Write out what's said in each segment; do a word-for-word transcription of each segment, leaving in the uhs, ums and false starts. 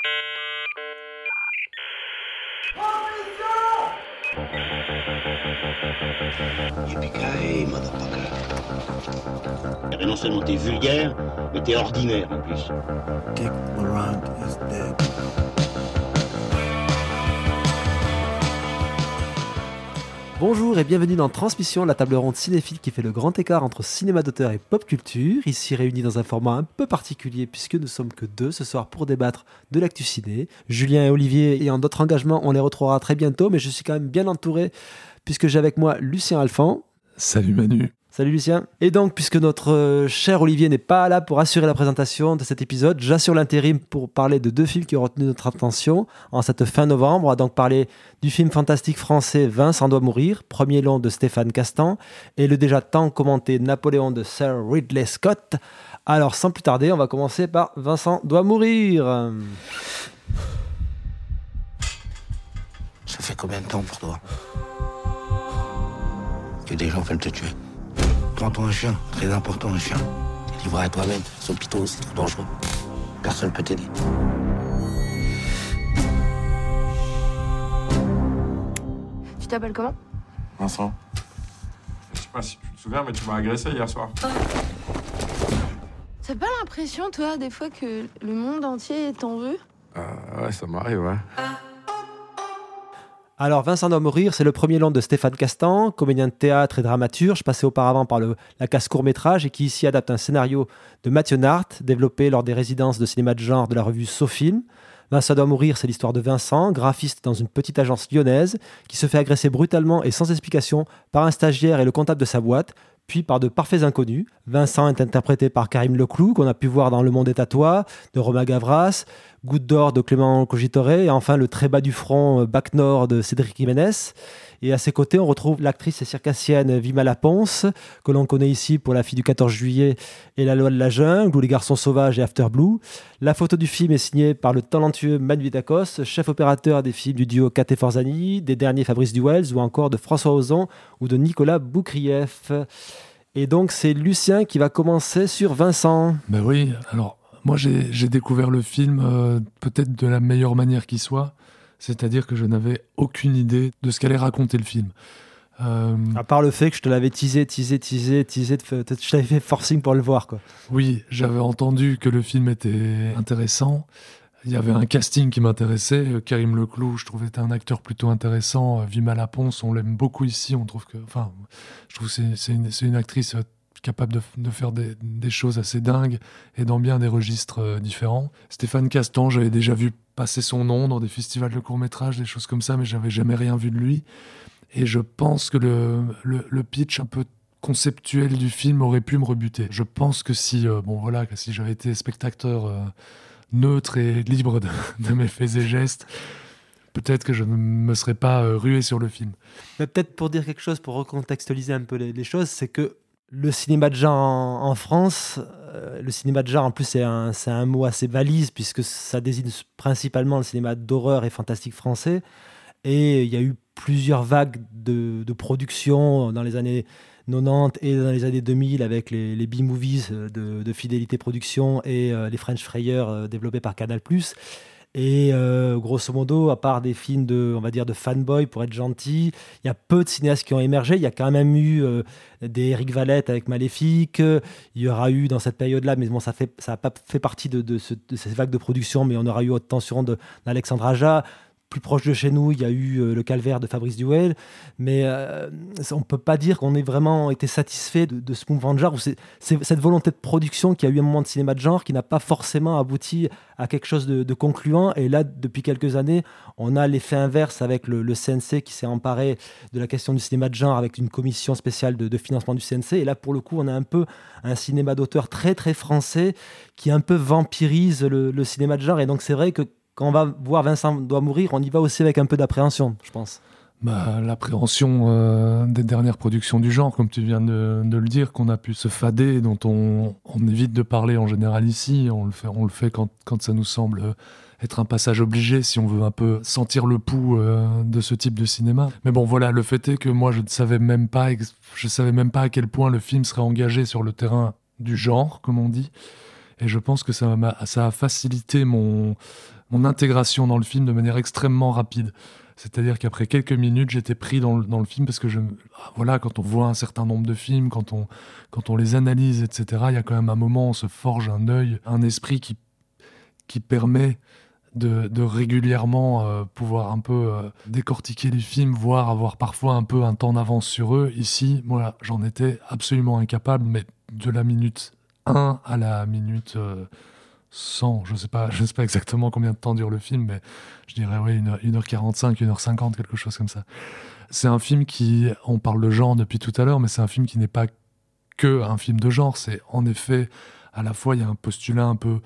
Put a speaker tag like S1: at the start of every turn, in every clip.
S1: Yippee-ki-yay, motherfucker. Et non seulement t'es vulgaire, mais t'es ordinaire en plus.
S2: Dick Laurent is dead.
S3: Bonjour et bienvenue dans Transmission, la table ronde cinéphile qui fait le grand écart entre cinéma d'auteur et pop culture, ici réunis dans un format un peu particulier puisque nous sommes que deux ce soir pour débattre de l'actu ciné. Julien et Olivier ayant d'autres engagements, on les retrouvera très bientôt, mais je suis quand même bien entouré puisque j'ai avec moi Lucien Alphand.
S4: Salut Manu.
S3: Salut Lucien. Et donc, puisque notre euh, cher Olivier n'est pas là pour assurer la présentation de cet épisode, j'assure l'intérim pour parler de deux films qui ont retenu notre attention en cette fin novembre. On va donc parler du film fantastique français Vincent doit mourir, premier long de Stéphane Castan, et le déjà tant commenté Napoléon de Sir Ridley Scott. Alors, sans plus tarder, on va commencer par Vincent doit mourir.
S1: Ça fait combien de temps pour toi que des gens veulent te tuer? Prends-toi un chien, très important un chien. T'es livré à toi-même, son pitot, c'est trop dangereux. Personne peut t'aider.
S5: Tu t'appelles comment?
S6: Vincent. Je sais pas si tu te souviens, mais tu m'as agressé hier soir.
S5: T'as pas l'impression, toi, des fois, que le monde entier t'en veut?
S6: Euh, ouais, ça m'arrive, ouais.
S3: Alors, Vincent doit mourir, c'est le premier long de Stéphane Castan, comédien de théâtre et dramaturge, passé auparavant par le, la case court-métrage et qui ici adapte un scénario de Mathieu Nart, développé lors des résidences de cinéma de genre de la revue SoFilm. Vincent doit mourir, c'est l'histoire de Vincent, graphiste dans une petite agence lyonnaise, qui se fait agresser brutalement et sans explication par un stagiaire et le comptable de sa boîte, puis par de parfaits inconnus. Vincent est interprété par Karim Leclou, qu'on a pu voir dans Le Monde est à toi, de Romain Gavras, Goutte d'or de Clément Cogitore, et enfin le très bas du front, Bac Nord de Cédric Jiménez. Et à ses côtés, on retrouve l'actrice circassienne Vima Laponce, que l'on connaît ici pour La fille du quatorze juillet et La loi de la jungle, ou Les garçons sauvages et After Blue. La photo du film est signée par le talentueux Manu Vitakos, chef opérateur des films du duo Kate Forzani, des derniers Fabrice Duels, ou encore de François Ozon ou de Nicolas Boukrieff. Et donc, c'est Lucien qui va commencer sur Vincent.
S4: Ben oui, alors moi j'ai, j'ai découvert le film euh, peut-être de la meilleure manière qui soit, c'est-à-dire que je n'avais aucune idée de ce qu'allait raconter le film. Euh...
S3: À part le fait que je te l'avais teasé, teasé, teasé, teasé, je t'avais fait forcing pour le voir, quoi.
S4: Oui, j'avais entendu que le film était intéressant. Il y avait un casting qui m'intéressait. Karim Leclou, je trouvais était un acteur plutôt intéressant. Vima Laponce, on l'aime beaucoup ici. On trouve que, enfin, je trouve que c'est, c'est, une, c'est une actrice capable de, de faire des, des choses assez dingues et dans bien des registres euh, différents. Stéphane Castan, j'avais déjà vu passer son nom dans des festivals de courts-métrages, des choses comme ça, mais j'avais jamais rien vu de lui. Et je pense que le, le, le pitch un peu conceptuel du film aurait pu me rebuter. Je pense que si, euh, bon voilà, que si j'avais été spectateur euh, neutre et libre de, de mes faits et gestes, peut-être que je ne me serais pas euh, rué sur le film.
S3: Mais peut-être pour dire quelque chose, pour recontextualiser un peu les, les choses, c'est que le cinéma de genre en, en France, euh, le cinéma de genre en plus c'est un, c'est un mot assez valise puisque ça désigne principalement le cinéma d'horreur et fantastique français. Et il y a eu plusieurs vagues de, de production dans les années quatre-vingt-dix et dans les années deux mille avec les, les B-movies de, de Fidélité Productions et euh, les French Frayeurs euh, développés par Canal+. Et euh, grosso modo, à part des films de, on va dire, de fanboy pour être gentil, il y a peu de cinéastes qui ont émergé. Il y a quand même eu euh, des Eric Valette avec Maléfique. Il y aura eu dans cette période-là, mais bon, ça fait, ça n'a pas fait partie de, de, ce, de ces vagues de production, mais on aura eu Haute Tension de, d'Alexandre Aja. Plus proche de chez nous, il y a eu euh, Le Calvaire de Fabrice Duel, mais euh, on ne peut pas dire qu'on ait vraiment été satisfait de, de ce mouvement de genre, ou c'est, c'est cette volonté de production qui a eu un moment de cinéma de genre qui n'a pas forcément abouti à quelque chose de, de concluant. Et là, depuis quelques années, on a l'effet inverse avec le, le C N C qui s'est emparé de la question du cinéma de genre avec une commission spéciale de, de financement du C N C. Et là, pour le coup, on a un peu un cinéma d'auteur très, très français qui un peu vampirise le, le cinéma de genre. Et donc, c'est vrai que quand on va voir Vincent doit mourir, on y va aussi avec un peu d'appréhension, je pense.
S4: Bah, l'appréhension euh, des dernières productions du genre, comme tu viens de, de le dire, qu'on a pu se fader, dont on, on évite de parler en général ici. On le fait, on le fait quand, quand ça nous semble être un passage obligé, si on veut un peu sentir le pouls euh, de ce type de cinéma. Mais bon, voilà, le fait est que moi, je ne savais même pas, je savais même pas à quel point le film serait engagé sur le terrain du genre, comme on dit. Et je pense que ça m'a, ça a facilité mon... mon intégration dans le film de manière extrêmement rapide. C'est-à-dire qu'après quelques minutes, j'étais pris dans le, dans le film parce que je, voilà, quand on voit un certain nombre de films, quand on, quand on les analyse, et cetera, il y a quand même un moment où on se forge un œil, un esprit qui, qui permet de, de régulièrement euh, pouvoir un peu euh, décortiquer les films, voire avoir parfois un peu un temps d'avance sur eux. Ici, moi, j'en étais absolument incapable, mais de la minute un à la minute... Euh, cent, je sais pas, je sais pas exactement combien de temps dure le film, mais je dirais ouais, une heure quarante-cinq, une heure cinquante, quelque chose comme ça. C'est un film qui, on parle de genre depuis tout à l'heure, mais c'est un film qui n'est pas que un film de genre. C'est en effet, à la fois, il y a un postulat un peu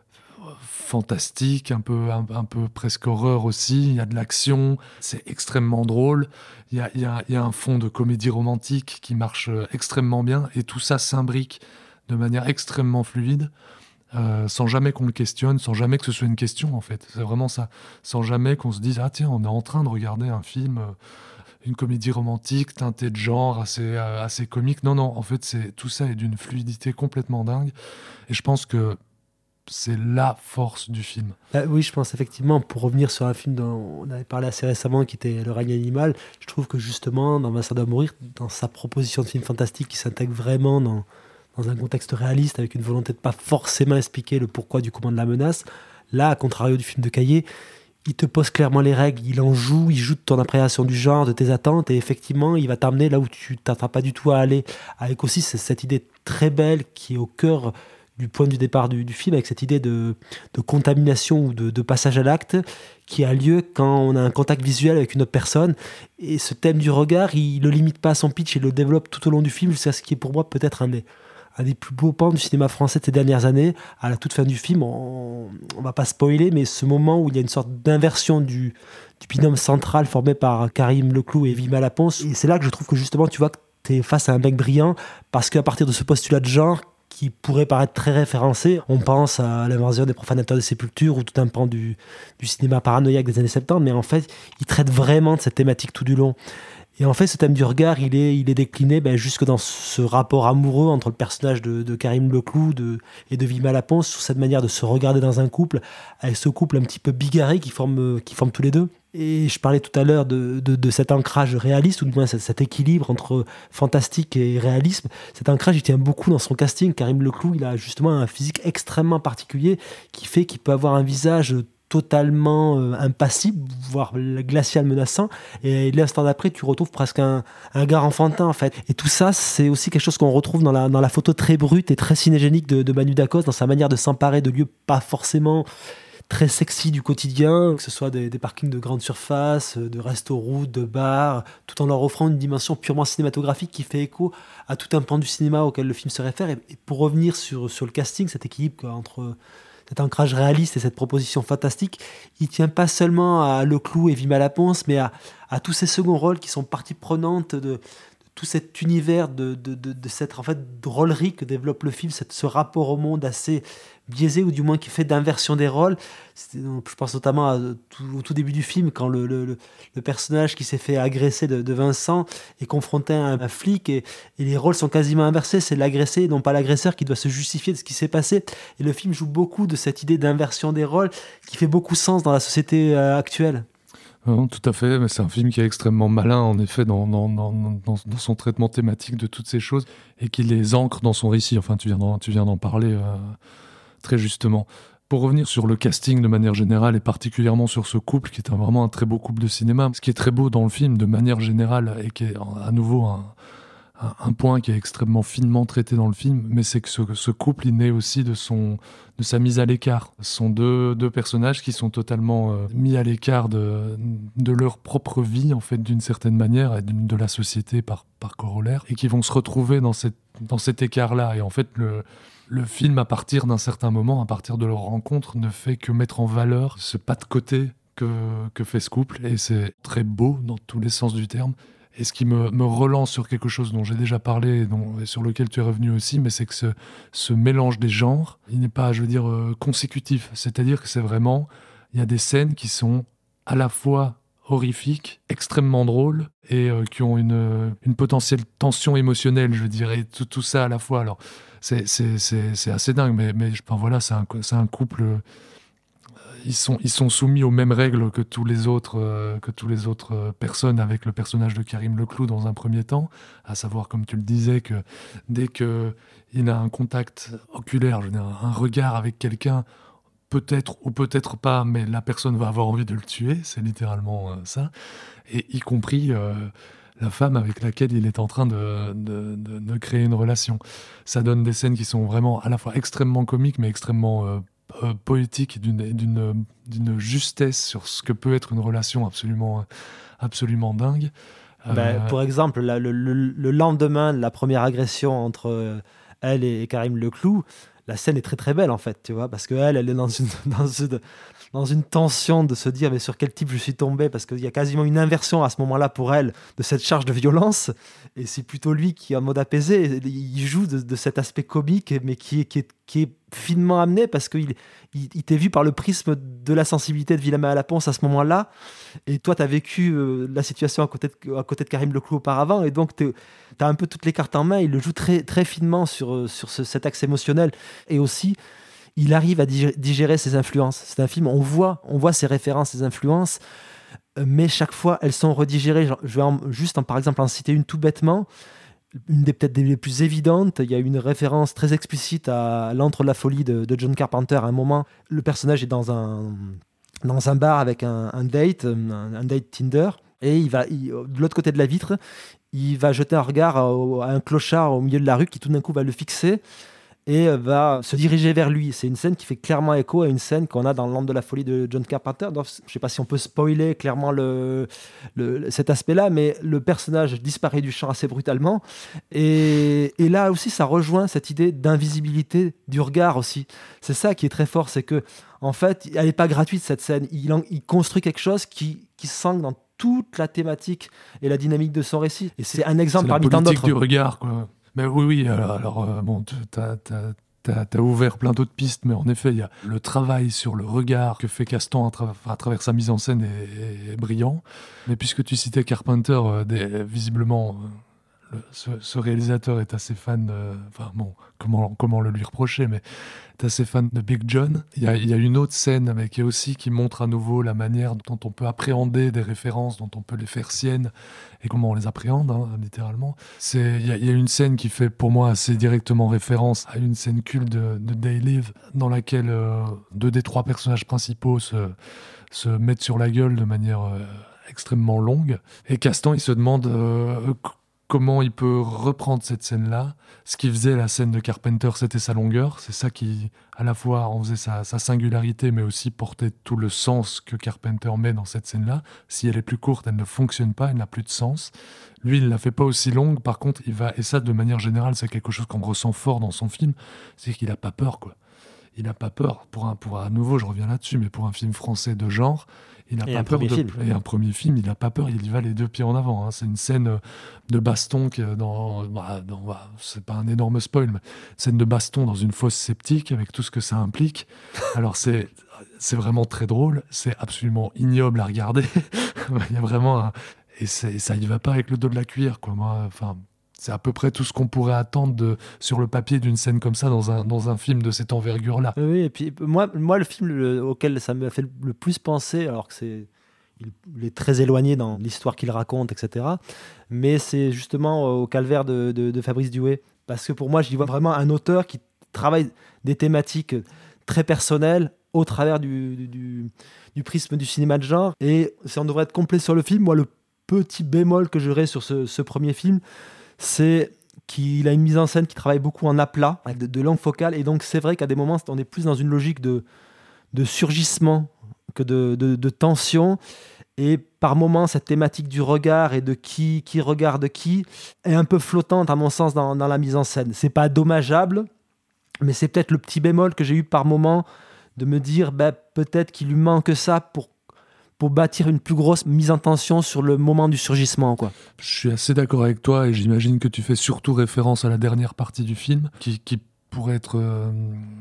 S4: fantastique, un peu, un, un peu presque horreur aussi, il y a de l'action, c'est extrêmement drôle, il y a, il y a, il y a un fond de comédie romantique qui marche extrêmement bien, et tout ça s'imbrique de manière extrêmement fluide. Euh, sans jamais qu'on le questionne, sans jamais que ce soit une question en fait. C'est vraiment ça. Sans jamais qu'on se dise « Ah tiens, on est en train de regarder un film, euh, une comédie romantique, teintée de genre, assez, euh, assez comique. » Non, non, en fait, c'est, tout ça est d'une fluidité complètement dingue. Et je pense que c'est la force du film.
S3: Bah, oui, je pense effectivement, pour revenir sur un film dont on avait parlé assez récemment, qui était Le règne animal, je trouve que justement, dans Vincent doit mourir, dans sa proposition de film fantastique qui s'intègre vraiment dans... dans un contexte réaliste, avec une volonté de pas forcément expliquer le pourquoi du comment de la menace. Là, à contrario du film de Caillé, il te pose clairement les règles, il en joue, il joue de ton appréhension du genre, de tes attentes, et effectivement, il va t'amener là où tu t'attends pas du tout à aller, avec aussi cette idée très belle qui est au cœur du point du départ du, du film, avec cette idée de, de contamination ou de, de passage à l'acte qui a lieu quand on a un contact visuel avec une autre personne. Et ce thème du regard, il le limite pas à son pitch, il le développe tout au long du film, jusqu'à ce qui est pour moi peut-être un des un des plus beaux pans du cinéma français de ces dernières années. À la toute fin du film, on ne va pas spoiler, mais ce moment où il y a une sorte d'inversion du, du binôme central formé par Karim Leclou et Vima Laponce. Et c'est là que je trouve que justement, tu vois que tu es face à un mec brillant, parce qu'à partir de ce postulat de genre, qui pourrait paraître très référencé, on pense à L'invasion des profanateurs des sépultures ou tout un pan du, du cinéma paranoïaque des années soixante-dix, mais en fait, il traite vraiment de cette thématique tout du long. Et en fait, ce thème du regard, il est, il est décliné ben, jusque dans ce rapport amoureux entre le personnage de, de Karim Leclou de, et de Vima Laponce, sur cette manière de se regarder dans un couple, avec ce couple un petit peu bigarré qui forme, qui forme tous les deux. Et je parlais tout à l'heure de, de, de cet ancrage réaliste, ou du moins cet, cet équilibre entre fantastique et réalisme. Cet ancrage, il tient beaucoup dans son casting. Karim Leclou, il a justement un physique extrêmement particulier qui fait qu'il peut avoir un visage totalement euh, impassible, voire glacial, menaçant, et l'instant d'après tu retrouves presque un, un gars enfantin en fait. Et tout ça, c'est aussi quelque chose qu'on retrouve dans la, dans la photo très brute et très cinégénique de, de Manu Dacos, dans sa manière de s'emparer de lieux pas forcément très sexy du quotidien, que ce soit des, des parkings de grande surface, de restos, de bars, tout en leur offrant une dimension purement cinématographique qui fait écho à tout un pan du cinéma auquel le film se réfère. Et, et pour revenir sur, sur le casting, cet équilibre quoi, entre cet ancrage réaliste et cette proposition fantastique, il tient pas seulement à Leclou et Vima Laponce, mais à, à tous ces seconds rôles qui sont partie prenante de, de tout cet univers, de, de, de, de cette en fait, drôlerie que développe le film, cette, ce rapport au monde assez biaisé, ou du moins qui fait d'inversion des rôles. C'était, je pense notamment à, tout, au tout début du film, quand le, le, le personnage qui s'est fait agresser de, de Vincent est confronté à un, un flic, et, et les rôles sont quasiment inversés. C'est l'agressé, non pas l'agresseur, qui doit se justifier de ce qui s'est passé. Et le film joue beaucoup de cette idée d'inversion des rôles qui fait beaucoup sens dans la société euh, actuelle.
S4: Non, tout à fait, mais c'est un film qui est extrêmement malin, en effet, dans, dans, dans, dans, dans son traitement thématique de toutes ces choses, et qui les ancre dans son récit. Enfin, tu viens d'en, tu viens d'en parler euh, très justement. Pour revenir sur le casting de manière générale, et particulièrement sur ce couple, qui est un, vraiment un très beau couple de cinéma, ce qui est très beau dans le film, de manière générale, et qui est à nouveau un, un, un point qui est extrêmement finement traité dans le film, mais c'est que ce, ce couple, il naît aussi de, son, de sa mise à l'écart. Ce sont deux, deux personnages qui sont totalement euh, mis à l'écart de, de leur propre vie, en fait, d'une certaine manière, et de, de la société par, par corollaire, et qui vont se retrouver dans, cette, dans cet écart-là. Et en fait, le... Le film, à partir d'un certain moment, à partir de leur rencontre, ne fait que mettre en valeur ce pas de côté que, que fait ce couple. Et c'est très beau dans tous les sens du terme. Et ce qui me, me relance sur quelque chose dont j'ai déjà parlé et, dont, et sur lequel tu es revenu aussi, mais c'est que ce, ce mélange des genres, il n'est pas, je veux dire, euh, consécutif. C'est-à-dire que c'est vraiment... Il y a des scènes qui sont à la fois horrifiques, extrêmement drôles, et euh, qui ont une, une potentielle tension émotionnelle, je dirais, tout, tout ça à la fois. Alors, c'est, c'est, c'est, c'est assez dingue, mais, mais enfin, voilà, c'est un, c'est un couple... ils sont, ils sont soumis aux mêmes règles que tous les autres, euh, que tous les autres euh, personnes avec le personnage de Karim Leclou dans un premier temps, à savoir, comme tu le disais, que dès qu'il a un contact oculaire, je veux dire, un regard avec quelqu'un, peut-être ou peut-être pas, mais la personne va avoir envie de le tuer, c'est littéralement euh, ça, et y compris euh, la femme avec laquelle il est en train de, de, de, de créer une relation. Ça donne des scènes qui sont vraiment à la fois extrêmement comiques, mais extrêmement euh, euh, poétiques, d'une, d'une, d'une justesse sur ce que peut être une relation absolument, absolument dingue. Euh...
S3: Ben, pour exemple, la, le, le, le lendemain de la première agression entre euh, elle et, et Karim Leclou, la scène est très très belle en fait, tu vois, parce qu'elle, elle est dans une, dans, une, dans une tension de se dire mais sur quel type je suis tombé, parce qu'il y a quasiment une inversion à ce moment-là pour elle de cette charge de violence, et c'est plutôt lui qui est en mode apaisé, il joue de, de cet aspect comique, mais qui est, qui est, qui est finement amené, parce qu'il il, il t'est vu par le prisme de la sensibilité de Villamé Alaponce à ce moment-là, et toi tu as vécu euh, la situation à côté, de, à côté de Karim Leclou auparavant, et donc tu as un peu toutes les cartes en main, il le joue très, très finement sur, sur ce, cet axe émotionnel, et aussi il arrive à digérer ses influences. C'est un film, on voit, on voit ses références, ses influences, mais chaque fois elles sont redigérées. Je vais en, juste en, par exemple en citer une tout bêtement, une des peut-être des plus évidentes. Il y a une référence très explicite à L'Antre de la folie de, de John Carpenter. À un moment, le personnage est dans un, dans un bar avec un, un date, un, un date Tinder, et il va, il, de l'autre côté de la vitre, il va jeter un regard à, à un clochard au milieu de la rue qui tout d'un coup va le fixer et va se diriger vers lui. C'est une scène qui fait clairement écho à une scène qu'on a dans L'Antre de la folie de John Carpenter. Donc, je ne sais pas si on peut spoiler clairement le, le, cet aspect-là, mais le personnage disparaît du champ assez brutalement. Et, et là aussi, ça rejoint cette idée d'invisibilité du regard aussi. C'est ça qui est très fort, c'est que en fait, elle n'est pas gratuite cette scène. Il, en, il construit quelque chose qui, qui s'ancre dans toute la thématique et la dynamique de son récit. Et c'est un exemple
S4: c'est
S3: parmi tant d'autres.
S4: La politique du regard, quoi. Mais oui, oui, alors, alors euh, bon, t'as, t'as, t'as, t'as ouvert plein d'autres pistes, mais en effet, il y a le travail sur le regard que fait Castan à, tra- à travers sa mise en scène est, est brillant. Mais puisque tu citais Carpenter, euh, des, visiblement, euh, le, ce, ce réalisateur est assez fan de... Enfin bon, comment, comment le lui reprocher, mais est assez fan de Big John. Il y a, il y a une autre scène avec, qui aussi qui montre à nouveau la manière dont on peut appréhender des références, dont on peut les faire siennes, et comment on les appréhende, hein, littéralement. C'est, il y a, il y a une scène qui fait pour moi assez directement référence à une scène culte de, de They Live, dans laquelle euh, deux des trois personnages principaux se, se mettent sur la gueule de manière euh, extrêmement longue. Et Castan, il se demande euh, comment il peut reprendre cette scène-là. Ce qui faisait la scène de Carpenter, c'était sa longueur. C'est ça qui, à la fois, en faisait sa, sa singularité, mais aussi portait tout le sens que Carpenter met dans cette scène-là. Si elle est plus courte, elle ne fonctionne pas, elle n'a plus de sens. Lui, il ne la fait pas aussi longue. Par contre, il va, et ça, de manière générale, c'est quelque chose qu'on ressent fort dans son film, c'est qu'il n'a pas peur, quoi. Il n'a pas peur. Pour un, pour à nouveau, je reviens là-dessus, mais pour un film français de genre, il n'a pas peur de...
S3: Film.
S4: Et un premier film, il n'a pas peur, il y va les deux pieds en avant. Hein. C'est une scène de baston qui, dans, bah, dans, bah, c'est pas un énorme spoil, mais scène de baston dans une fosse septique avec tout ce que ça implique. Alors c'est, c'est vraiment très drôle, c'est absolument ignoble à regarder. Il y a vraiment un... et c'est, ça y va pas avec le dos de la cuillère, quoi. Moi, enfin. C'est à peu près tout ce qu'on pourrait attendre de, sur le papier d'une scène comme ça dans un, dans un film de cette envergure-là.
S3: Oui, et puis moi, moi le film le, auquel ça m'a fait le plus penser, alors que c'est, il, il est très éloigné dans l'histoire qu'il raconte, et cetera, mais c'est justement au Calvaire de, de, de Fabrice Drouet. Parce que pour moi, j'y vois vraiment un auteur qui travaille des thématiques très personnelles au travers du, du, du prisme du cinéma de genre. Et si on devrait être complet sur le film, moi, le petit bémol que j'aurais sur ce, ce premier film, c'est qu'il a une mise en scène qui travaille beaucoup en aplat, avec de, de longues focales, et donc c'est vrai qu'à des moments, on est plus dans une logique de, de surgissement que de, de, de tension, et par moments, cette thématique du regard et de qui, qui regarde qui est un peu flottante, à mon sens, dans, dans la mise en scène. C'est pas dommageable, mais c'est peut-être le petit bémol que j'ai eu par moment, de me dire, ben, peut-être qu'il lui manque ça pour pour bâtir une plus grosse mise en tension sur le moment du surgissement, quoi.
S4: Je suis assez d'accord avec toi, et j'imagine que tu fais surtout référence à la dernière partie du film, qui, qui pourrait être euh,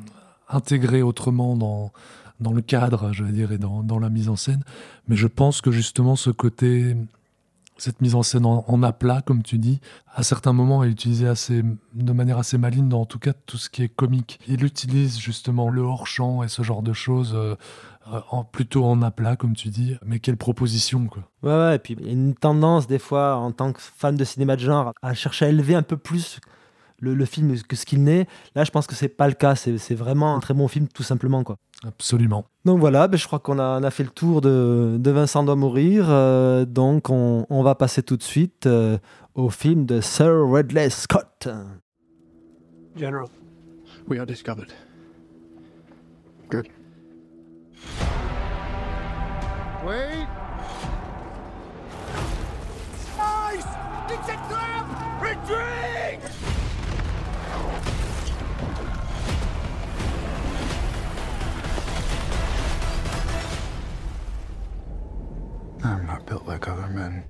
S4: intégrée autrement dans, dans le cadre, je veux dire, et dans, dans la mise en scène. Mais je pense que justement, ce côté cette mise en scène en, en aplat, comme tu dis, à certains moments est utilisée assez, de manière assez maligne dans en tout cas tout ce qui est comique. Il utilise justement le hors-champ et ce genre de choses euh, en, plutôt en aplat, comme tu dis. Mais quelle proposition, quoi.
S3: Ouais, ouais, et puis il y a une tendance des fois, en tant que fan de cinéma de genre, à chercher à élever un peu plus le, le film que ce qu'il n'est. Là, je pense que c'est pas le cas. C'est, c'est vraiment un très bon film, tout simplement, quoi.
S4: Absolument.
S3: Donc voilà, ben je crois qu'on a, on a fait le tour de, de Vincent doit mourir. Euh, donc on, on va passer tout de suite euh, au film de Sir Ridley Scott.
S7: General, we are discovered.
S2: Good.
S7: Wait! Nice! It's a trap! Retreat!
S2: I'm not built like other men.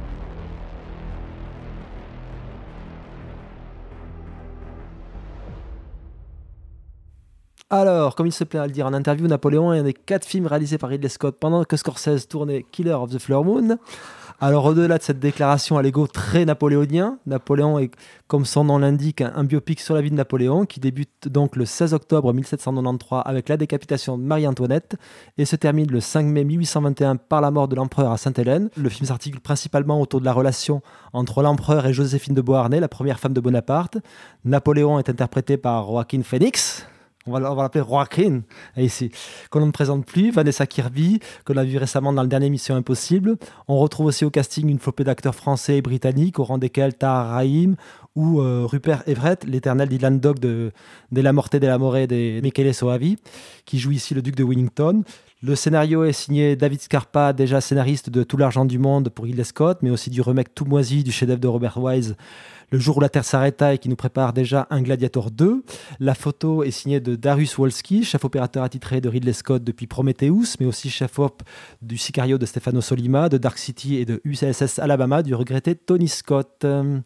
S3: Alors, comme il se plaît à le dire en interview, Napoléon est un des quatre films réalisés par Ridley Scott pendant que Scorsese tournait Killer of the Flower Moon. Alors, au-delà de cette déclaration à l'ego très napoléonien, Napoléon est, comme son nom l'indique, un, un biopic sur la vie de Napoléon qui débute donc le seize octobre mille sept cent quatre-vingt-treize avec la décapitation de Marie-Antoinette et se termine le cinq mai mille huit cent vingt et un par la mort de l'empereur à Sainte-Hélène. Le film s'articule principalement autour de la relation entre l'empereur et Joséphine de Beauharnais, la première femme de Bonaparte. Napoléon est interprété par Joaquin Phoenix. On va, on va l'appeler Joaquin, ici, qu'on ne présente plus. Vanessa Kirby, qu'on a vu récemment dans le dernier Mission Impossible. On retrouve aussi au casting une flopée d'acteurs français et britanniques, au rang desquels Tahar Rahim ou euh, Rupert Everett, l'éternel Dylan Dog de, de La Morte della More de Michele Soavi, qui joue ici le duc de Wellington. Le scénario est signé David Scarpa, déjà scénariste de Tout l'argent du monde pour Ridley Scott, mais aussi du remake tout moisi du chef-d'œuvre de Robert Wise, Le jour où la Terre s'arrêta, et qui nous prépare déjà un Gladiator deux. La photo est signée de Darius Wolski, chef opérateur attitré de Ridley Scott depuis Prometheus, mais aussi chef op du Sicario de Stefano Sollima, de Dark City et de U S S Alabama du regretté Tony Scott.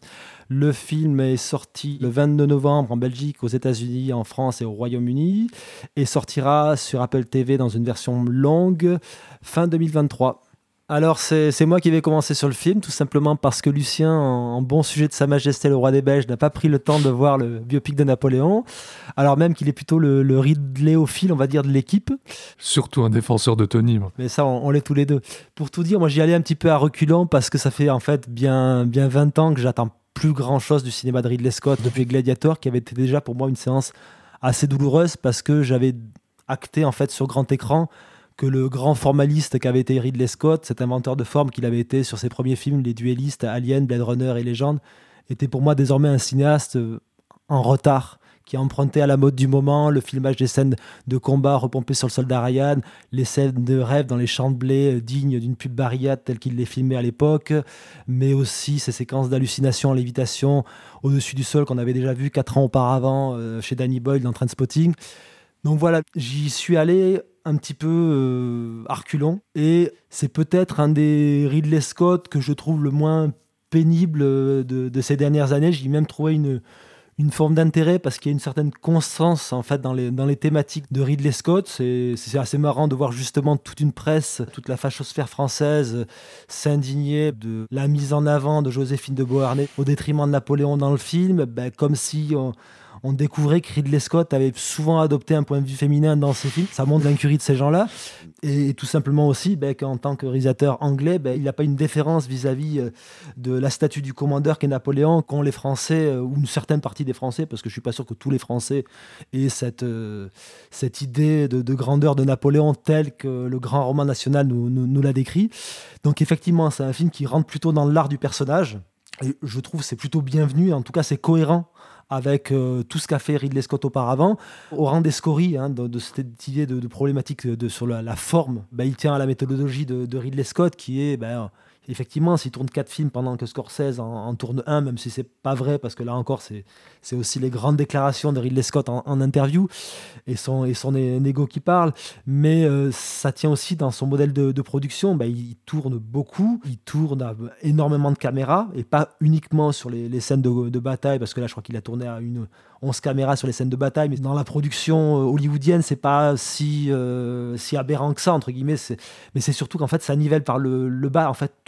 S3: Le film est sorti le vingt-deux novembre en Belgique, aux États-Unis, en France et au Royaume-Uni, et sortira sur Apple T V dans une version longue fin deux mille vingt-trois. Alors c'est, c'est moi qui vais commencer sur le film, tout simplement parce que Lucien, en, en bon sujet de Sa Majesté le Roi des Belges, n'a pas pris le temps de voir le biopic de Napoléon, alors même qu'il est plutôt le, le Ridléophile, on va dire, de l'équipe.
S4: Surtout un défenseur de Tony. Moi.
S3: Mais ça, on, on l'est tous les deux. Pour tout dire, moi j'y allais un petit peu à reculons parce que ça fait en fait bien, bien vingt ans que j'attends plus grand chose du cinéma de Ridley Scott depuis Gladiator, qui avait été déjà pour moi une séance assez douloureuse parce que j'avais acté en fait sur grand écran que le grand formaliste qu'avait été Ridley Scott, cet inventeur de forme qu'il avait été sur ses premiers films, Les Duellistes, Alien, Blade Runner et Légende, était pour moi désormais un cinéaste en retard, qui empruntait à la mode du moment, le filmage des scènes de combat repompées sur le soldat Ryan, les scènes de rêve dans les champs de blé dignes d'une pub Barriade telle qu'il les filmait à l'époque, mais aussi ces séquences d'hallucination en lévitation au-dessus du sol qu'on avait déjà vu quatre ans auparavant euh, chez Danny Boyle dans Trainspotting. Donc voilà, j'y suis allé un petit peu euh, à reculons, et c'est peut-être un des Ridley Scott que je trouve le moins pénible de, de ces dernières années. J'y ai même trouvé une une forme d'intérêt parce qu'il y a une certaine constance en fait dans les, dans les thématiques de Ridley Scott. C'est, c'est assez marrant de voir justement toute une presse, toute la fachosphère française s'indigner de la mise en avant de Joséphine de Beauharnais au détriment de Napoléon dans le film, ben, comme si on, on découvrait que Ridley Scott avait souvent adopté un point de vue féminin dans ses films. Ça montre l'incurie de ces gens-là. Et, et tout simplement aussi ben, qu'en tant que réalisateur anglais, ben, il n'a pas une déférence vis-à-vis de la statue du commandeur qu'est Napoléon, qu'ont les Français, ou une certaine partie des Français, parce que je ne suis pas sûr que tous les Français aient cette, euh, cette idée de, de grandeur de Napoléon telle que le grand roman national nous, nous, nous l'a décrit. Donc effectivement, c'est un film qui rentre plutôt dans l'art du personnage. Et je trouve que c'est plutôt bienvenu, en tout cas c'est cohérent avec euh, tout ce qu'a fait Ridley Scott auparavant. Au rang des scories, hein, de, de cette idée de, de problématique de, sur la, la forme, ben, il tient à la méthodologie de, de Ridley Scott qui est... Ben, effectivement, s'il tourne quatre films pendant que Scorsese en, en tourne un, même si c'est pas vrai, parce que là encore, c'est, c'est aussi les grandes déclarations de Ridley Scott en, en interview et son, et son égo qui parle, mais euh, ça tient aussi dans son modèle de, de production. Ben, il tourne beaucoup, il tourne à énormément de caméras, et pas uniquement sur les, les scènes de, de bataille, parce que là, je crois qu'il a tourné à une onze caméras sur les scènes de bataille, mais dans la production hollywoodienne, c'est pas si, euh, si aberrant que ça, entre guillemets, c'est, mais c'est surtout qu'en fait, ça nivelle par le, le bas, en fait, tout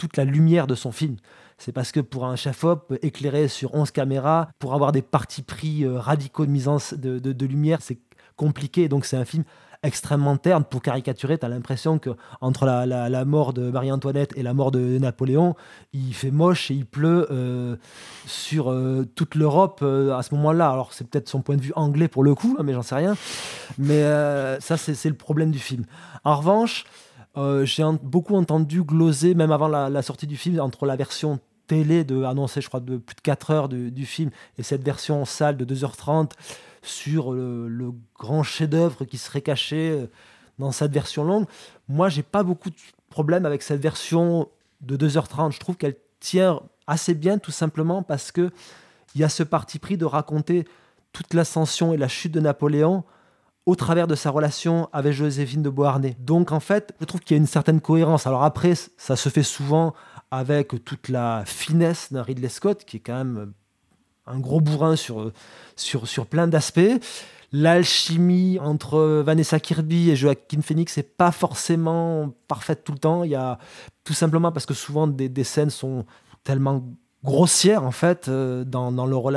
S3: toute la lumière de son film. C'est parce que pour un chef-op, éclairé sur onze caméras, pour avoir des partis pris euh, radicaux de mise en de, de, de lumière, c'est compliqué. Donc c'est un film extrêmement terne. Pour caricaturer, tu as l'impression qu'entre la, la, la mort de Marie-Antoinette et la mort de Napoléon, il fait moche et il pleut euh, sur euh, toute l'Europe euh, à ce moment-là. Alors c'est peut-être son point de vue anglais pour le coup, hein, mais j'en sais rien. Mais euh, ça, c'est, c'est le problème du film. En revanche, euh, j'ai en, beaucoup entendu gloser, même avant la, la sortie du film, entre la version télé de annoncée, je crois, de plus de quatre heures de, du film et cette version en salle de deux heures trente sur le, le grand chef-d'œuvre qui serait caché dans cette version longue. Moi, j'ai pas beaucoup de problème avec cette version de deux heures trente. Je trouve qu'elle tient assez bien, tout simplement parce que il y a ce parti pris de raconter toute l'ascension et la chute de Napoléon au travers de sa relation avec Joséphine de Beauharnais. Donc, en fait, je trouve qu'il y a une certaine cohérence. Alors après, ça se fait souvent avec toute la finesse d'un Ridley Scott, qui est quand même un gros bourrin sur, sur, sur plein d'aspects. L'alchimie entre Vanessa Kirby et Joaquin Phoenix n'est pas forcément parfaite tout le temps. Il y a tout simplement parce que souvent des, des scènes sont tellement grossières en fait euh, dans, dans leurs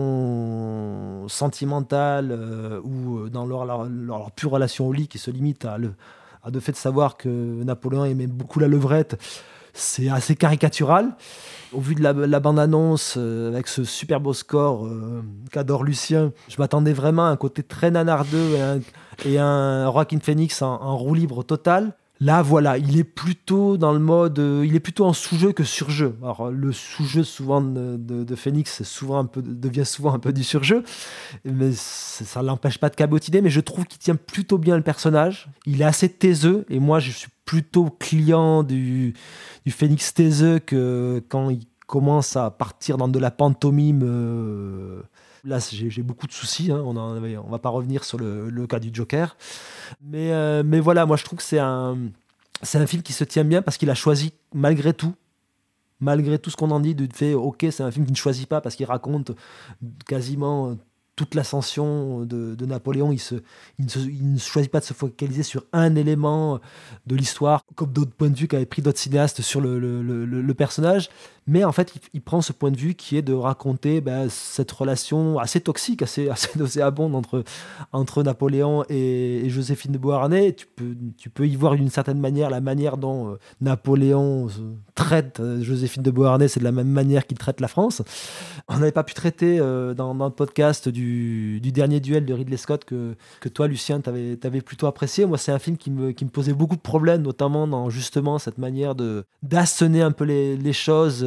S3: relations sentimentales euh, ou dans leur, leur, leur pure relation au lit qui se limite à le, à le fait de savoir que Napoléon aimait beaucoup la levrette. C'est assez caricatural. Au vu de la, la bande-annonce, euh, avec ce super beau score euh, qu'adore Lucien, je m'attendais vraiment à un côté très nanardeux et un, et un Joaquin Phoenix en, en roue libre total. Là, voilà, il est plutôt dans le mode... Euh, il est plutôt en sous-jeu que sur-jeu. Alors, le sous-jeu, souvent, de, de, de Phoenix, c'est souvent un peu, devient souvent un peu du sur-jeu. Mais ça ne l'empêche pas de cabotiner. Mais je trouve qu'il tient plutôt bien le personnage. Il est assez taiseux. Et moi, je suis plutôt client du, du Phoenix taiseux que quand il commence à partir dans de la pantomime... Euh, Là, j'ai, j'ai beaucoup de soucis. Hein. On ne va pas revenir sur le, le cas du Joker. Mais, euh, mais voilà, moi, je trouve que c'est un, c'est un film qui se tient bien parce qu'il a choisi, malgré tout, malgré tout ce qu'on en dit, de fait, ok, c'est un film qui ne choisit pas parce qu'il raconte quasiment toute l'ascension de, de Napoléon. Il, se, il, ne se, il ne choisit pas de se focaliser sur un élément de l'histoire, comme d'autres points de vue qu'avaient pris d'autres cinéastes sur le, le, le, le personnage. Mais en fait, il, il prend ce point de vue qui est de raconter ben, cette relation assez toxique, assez, assez nauséabonde entre, entre Napoléon et, et Joséphine de Beauharnais. Tu peux, tu peux y voir d'une certaine manière la manière dont euh, Napoléon traite euh, Joséphine de Beauharnais, c'est de la même manière qu'il traite la France. On n'avait pas pu traiter euh, dans, dans le podcast du, du dernier duel de Ridley Scott que, que toi, Lucien, t'avais, t'avais plutôt apprécié. Moi, c'est un film qui me, qui me posait beaucoup de problèmes, notamment dans justement cette manière de, d'assener un peu les, les choses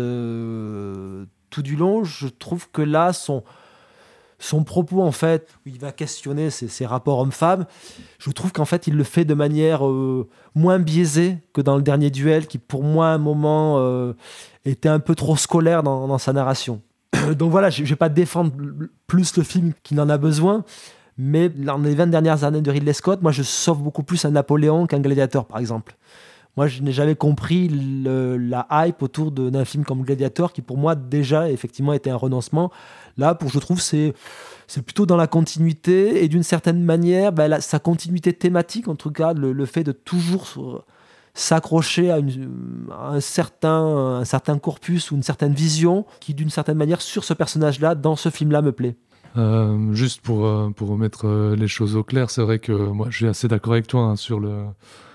S3: Euh, tout du long. Je trouve que là, son, son propos, en fait, où il va questionner ses, ses rapports hommes-femmes, je trouve qu'en fait, il le fait de manière euh, moins biaisée que dans le dernier duel, qui, pour moi, à un moment, euh, était un peu trop scolaire dans, dans sa narration. Donc voilà, je ne vais pas défendre plus le film qu'il en a besoin, mais dans les vingt dernières années de Ridley Scott, moi, je sauve beaucoup plus un Napoléon qu'un Gladiator, par exemple. Moi, je n'ai jamais compris le, la hype autour de, d'un film comme Gladiator, qui pour moi déjà effectivement était un renoncement. Là, pour je trouve, c'est c'est plutôt dans la continuité et d'une certaine manière, ben, la, sa continuité thématique, en tout cas, le, le fait de toujours s'accrocher à, une, à un certain un certain corpus ou une certaine vision, qui d'une certaine manière sur ce personnage-là, dans ce film-là, me plaît.
S4: Euh, juste pour euh, pour remettre les choses au clair, c'est vrai que moi, je suis assez d'accord avec toi hein, sur le.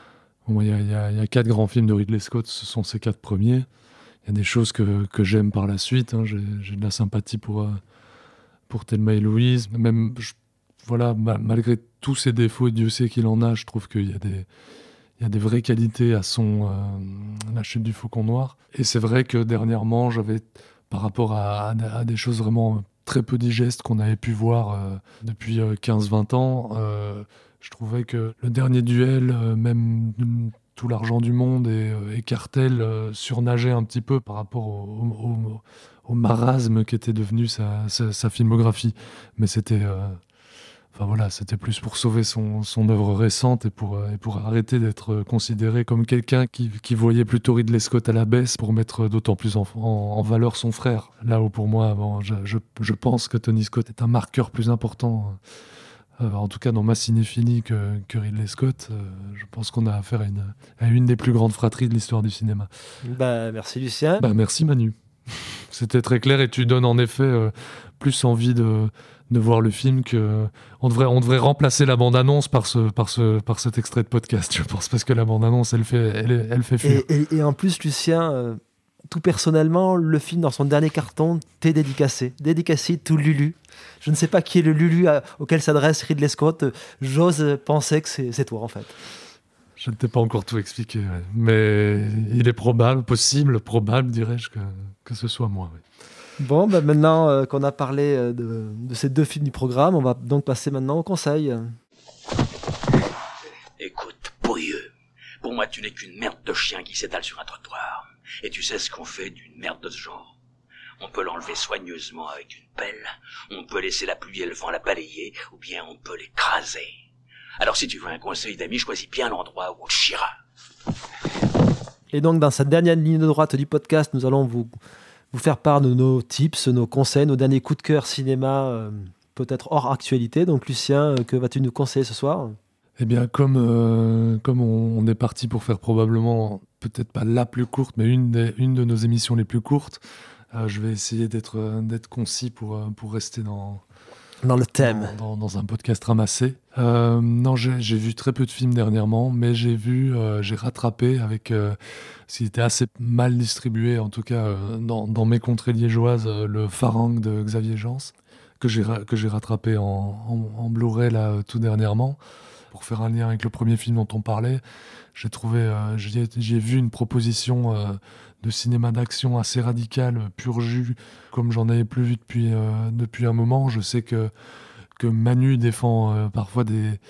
S4: Il y, y, y a quatre grands films de Ridley Scott, ce sont ces quatre premiers. Il y a des choses que, que j'aime par la suite. Hein. J'ai, j'ai de la sympathie pour, euh, pour Thelma et Louise. Même, je, voilà, ma, malgré tous ses défauts, et Dieu sait qu'il en a, je trouve qu'il y a des, il y a des vraies qualités à son euh, La Chute du Faucon Noir. Et c'est vrai que dernièrement, j'avais, par rapport à, à, à des choses vraiment très peu digestes qu'on avait pu voir euh, depuis euh, quinze vingt ans, euh, je trouvais que le dernier duel, euh, même tout l'argent du monde et, euh, et Cartel euh, surnageait un petit peu par rapport au, au, au, au marasme qu'était devenue sa, sa, sa filmographie. Mais c'était, euh, enfin voilà, c'était plus pour sauver son, son œuvre récente et pour, euh, et pour arrêter d'être considéré comme quelqu'un qui, qui voyait plutôt Ridley Scott à la baisse pour mettre d'autant plus en, en, en valeur son frère. Là où pour moi, bon, je, je, je pense que Tony Scott est un marqueur plus important euh, en tout cas dans ma cinéphilie, que, que Ridley Scott. Euh, je pense qu'on a affaire à une, à une des plus grandes fratries de l'histoire du cinéma.
S3: Bah, merci Lucien.
S4: Bah, merci Manu. C'était très clair et tu donnes en effet euh, plus envie de, de voir le film que... On devrait, on devrait remplacer la bande-annonce par, ce, par, ce, par cet extrait de podcast, je pense, parce que la bande-annonce, elle fait, elle, elle fait fuir.
S3: Et, et, et en plus, Lucien, euh, tout personnellement, le film, dans son dernier carton, t'est dédicacé. Dédicacé tout Lulu. Je ne sais pas qui est le Lulu à, auquel s'adresse Ridley Scott. J'ose penser que c'est, c'est toi, en fait.
S4: Je ne t'ai pas encore tout expliqué, ouais. Mais il est probable, possible, probable, dirais-je, que, que ce soit moi. Oui.
S3: Bon, ben maintenant euh, qu'on a parlé euh, de, de ces deux films du programme, on va donc passer maintenant au conseil.
S8: Écoute, pourrieux, pour moi tu n'es qu'une merde de chien qui s'étale sur un trottoir. Et tu sais ce qu'on fait d'une merde de ce genre? On peut l'enlever soigneusement avec une pelle, on peut laisser la pluie et le vent la balayer, ou bien on peut l'écraser. Alors si tu veux un conseil d'ami, choisis bien l'endroit où on te chiera.
S3: Et donc dans cette dernière ligne de droite du podcast, nous allons vous, vous faire part de nos tips, nos conseils, nos derniers coups de cœur cinéma, euh, peut-être hors actualité. Donc Lucien, euh, que vas-tu nous conseiller ce soir ?
S4: Eh bien, comme, euh, comme on, on est parti pour faire probablement, peut-être pas la plus courte, mais une, des, une de nos émissions les plus courtes, euh, je vais essayer d'être, euh, d'être concis pour, euh, pour rester dans...
S3: Dans le thème.
S4: Dans, dans, dans un podcast ramassé. Euh, non, j'ai, j'ai vu très peu de films dernièrement, mais j'ai vu, euh, j'ai rattrapé avec euh, ce qui était assez mal distribué, en tout cas euh, dans, dans mes contrées liégeoises, euh, le Farang de Xavier Jans, que j'ai, que j'ai rattrapé en, en, en Blu-ray là, tout dernièrement. Pour faire un lien avec le premier film dont on parlait, j'ai trouvé, euh, j'ai, j'ai vu une proposition euh, de cinéma d'action assez radical, pur jus, comme j'en avais plus vu depuis, euh, depuis un moment. Je sais que, que Manu défend euh, parfois des,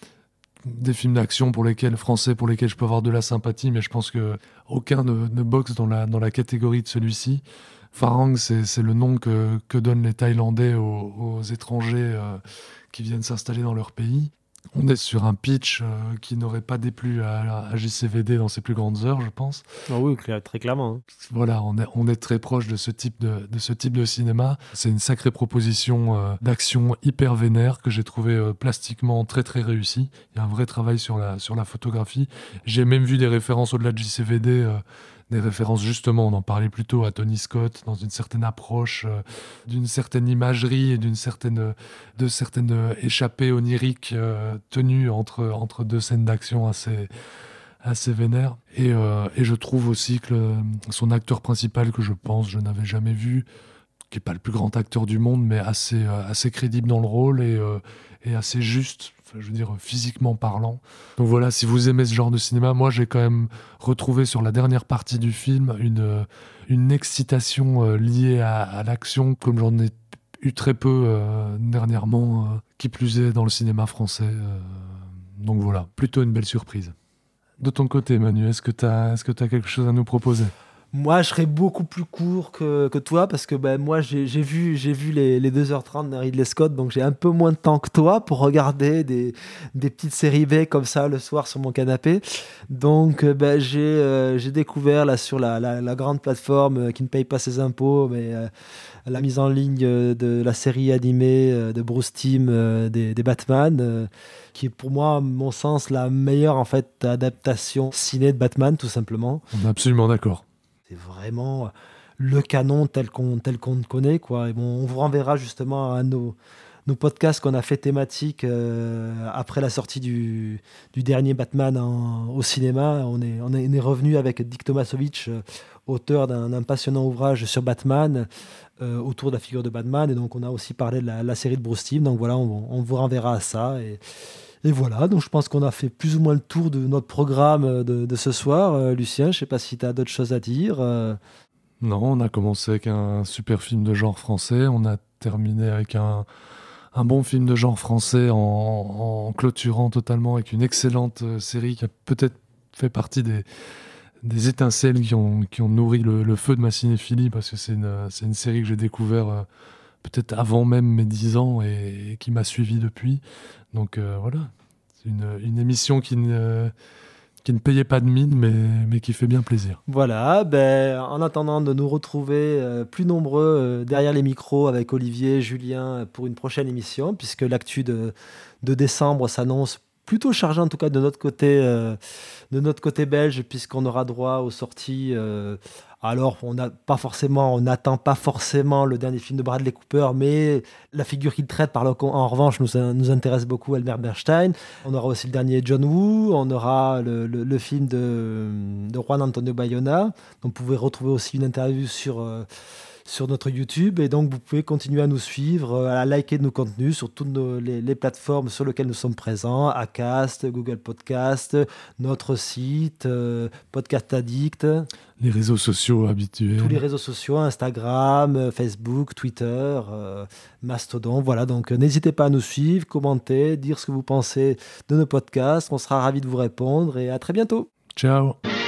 S4: des films d'action pour lesquels, français pour lesquels je peux avoir de la sympathie, mais je pense qu'aucun ne, ne boxe dans la, dans la catégorie de celui-ci. Farang, c'est, c'est le nom que, que donnent les Thaïlandais aux, aux étrangers euh, qui viennent s'installer dans leur pays. On est sur un pitch euh, qui n'aurait pas déplu à, à J C V D dans ses plus grandes heures, je pense.
S3: Oh oui, très clairement. Hein.
S4: Voilà, on est, on est très proche de ce type de, de, ce type de cinéma. C'est une sacrée proposition euh, d'action hyper vénère que j'ai trouvé euh, plastiquement très très réussie. Il y a un vrai travail sur la, sur la photographie. J'ai même vu des références au-delà de J C V D, euh, des références justement, on en parlait plutôt à Tony Scott, dans une certaine approche, euh, d'une certaine imagerie et d'une certaine, de certaines euh, échappées oniriques euh, tenues entre, entre deux scènes d'action assez, assez vénères. Et, euh, et je trouve aussi que le, son acteur principal, que je pense je n'avais jamais vu, qui n'est pas le plus grand acteur du monde, mais assez, euh, assez crédible dans le rôle et, euh, et assez juste, je veux dire, physiquement parlant. Donc voilà, si vous aimez ce genre de cinéma, moi j'ai quand même retrouvé sur la dernière partie du film une, une excitation euh, liée à, à l'action, comme j'en ai eu très peu euh, dernièrement, euh, qui plus est dans le cinéma français. Euh, donc voilà, plutôt une belle surprise. De ton côté, Manu, est-ce que tu as est-ce que tu as quelque chose à nous proposer ?
S3: Moi, je serais beaucoup plus court que, que toi parce que ben, moi, j'ai, j'ai vu, j'ai vu les, les deux heures trente de Ridley Scott, donc j'ai un peu moins de temps que toi pour regarder des, des petites séries B comme ça le soir sur mon canapé. Donc, ben, j'ai, euh, j'ai découvert là, sur la, la, la grande plateforme euh, qui ne paye pas ses impôts, mais euh, la mise en ligne de la série animée euh, de Bruce Timm euh, des, des Batman, euh, qui est pour moi, à mon sens, la meilleure en fait, adaptation ciné de Batman, tout simplement.
S4: On est absolument d'accord.
S3: C'est vraiment le canon tel qu'on, tel qu'on le connaît, quoi. Et bon, on vous renverra justement à nos, nos podcasts qu'on a fait thématiques euh, après la sortie du, du dernier Batman en, au cinéma. On est, on est, on est revenu avec Dick Tomasovich, euh, auteur d'un, d'un passionnant ouvrage sur Batman, euh, autour de la figure de Batman. Et donc, on a aussi parlé de la, la série de Bruce Timm. Donc voilà, on, on vous renverra à ça. Et, Et voilà, donc je pense qu'on a fait plus ou moins le tour de notre programme de, de ce soir. Euh, Lucien, je ne sais pas si tu as d'autres choses à dire. Euh...
S4: Non, on a commencé avec un super film de genre français. On a terminé avec un, un bon film de genre français en, en clôturant totalement avec une excellente série qui a peut-être fait partie des, des étincelles qui ont, qui ont nourri le, le feu de ma cinéphilie, parce que c'est une, c'est une série que j'ai découvert euh, peut-être avant même mes dix ans et, et qui m'a suivi depuis. Donc euh, voilà, c'est une, une émission qui ne, qui ne payait pas de mine, mais, mais qui fait bien plaisir.
S3: Voilà, ben, en attendant de nous retrouver euh, plus nombreux euh, derrière les micros avec Olivier, Julien, pour une prochaine émission, puisque l'actu de, de décembre s'annonce plutôt chargé, en tout cas de notre côté, euh, de notre côté belge, puisqu'on aura droit aux sorties. Euh, alors, on n'a pas forcément, on n'attend pas forcément le dernier film de Bradley Cooper, mais la figure qu'il traite, par le, en revanche, nous, nous intéresse beaucoup, Elmer Bernstein. On aura aussi le dernier John Woo, on aura le, le, le film de, de Juan Antonio Bayona. Donc, vous pouvez retrouver aussi une interview sur... Euh, sur notre YouTube, et donc vous pouvez continuer à nous suivre, à liker nos contenus sur toutes nos, les, les plateformes sur lesquelles nous sommes présents, Acast, Google Podcast, notre site, euh, Podcast Addict.
S4: Les réseaux sociaux habituels.
S3: Tous les réseaux sociaux, Instagram, Facebook, Twitter, euh, Mastodon. Voilà, donc euh, n'hésitez pas à nous suivre, commenter, dire ce que vous pensez de nos podcasts. On sera ravis de vous répondre et à très bientôt.
S4: Ciao.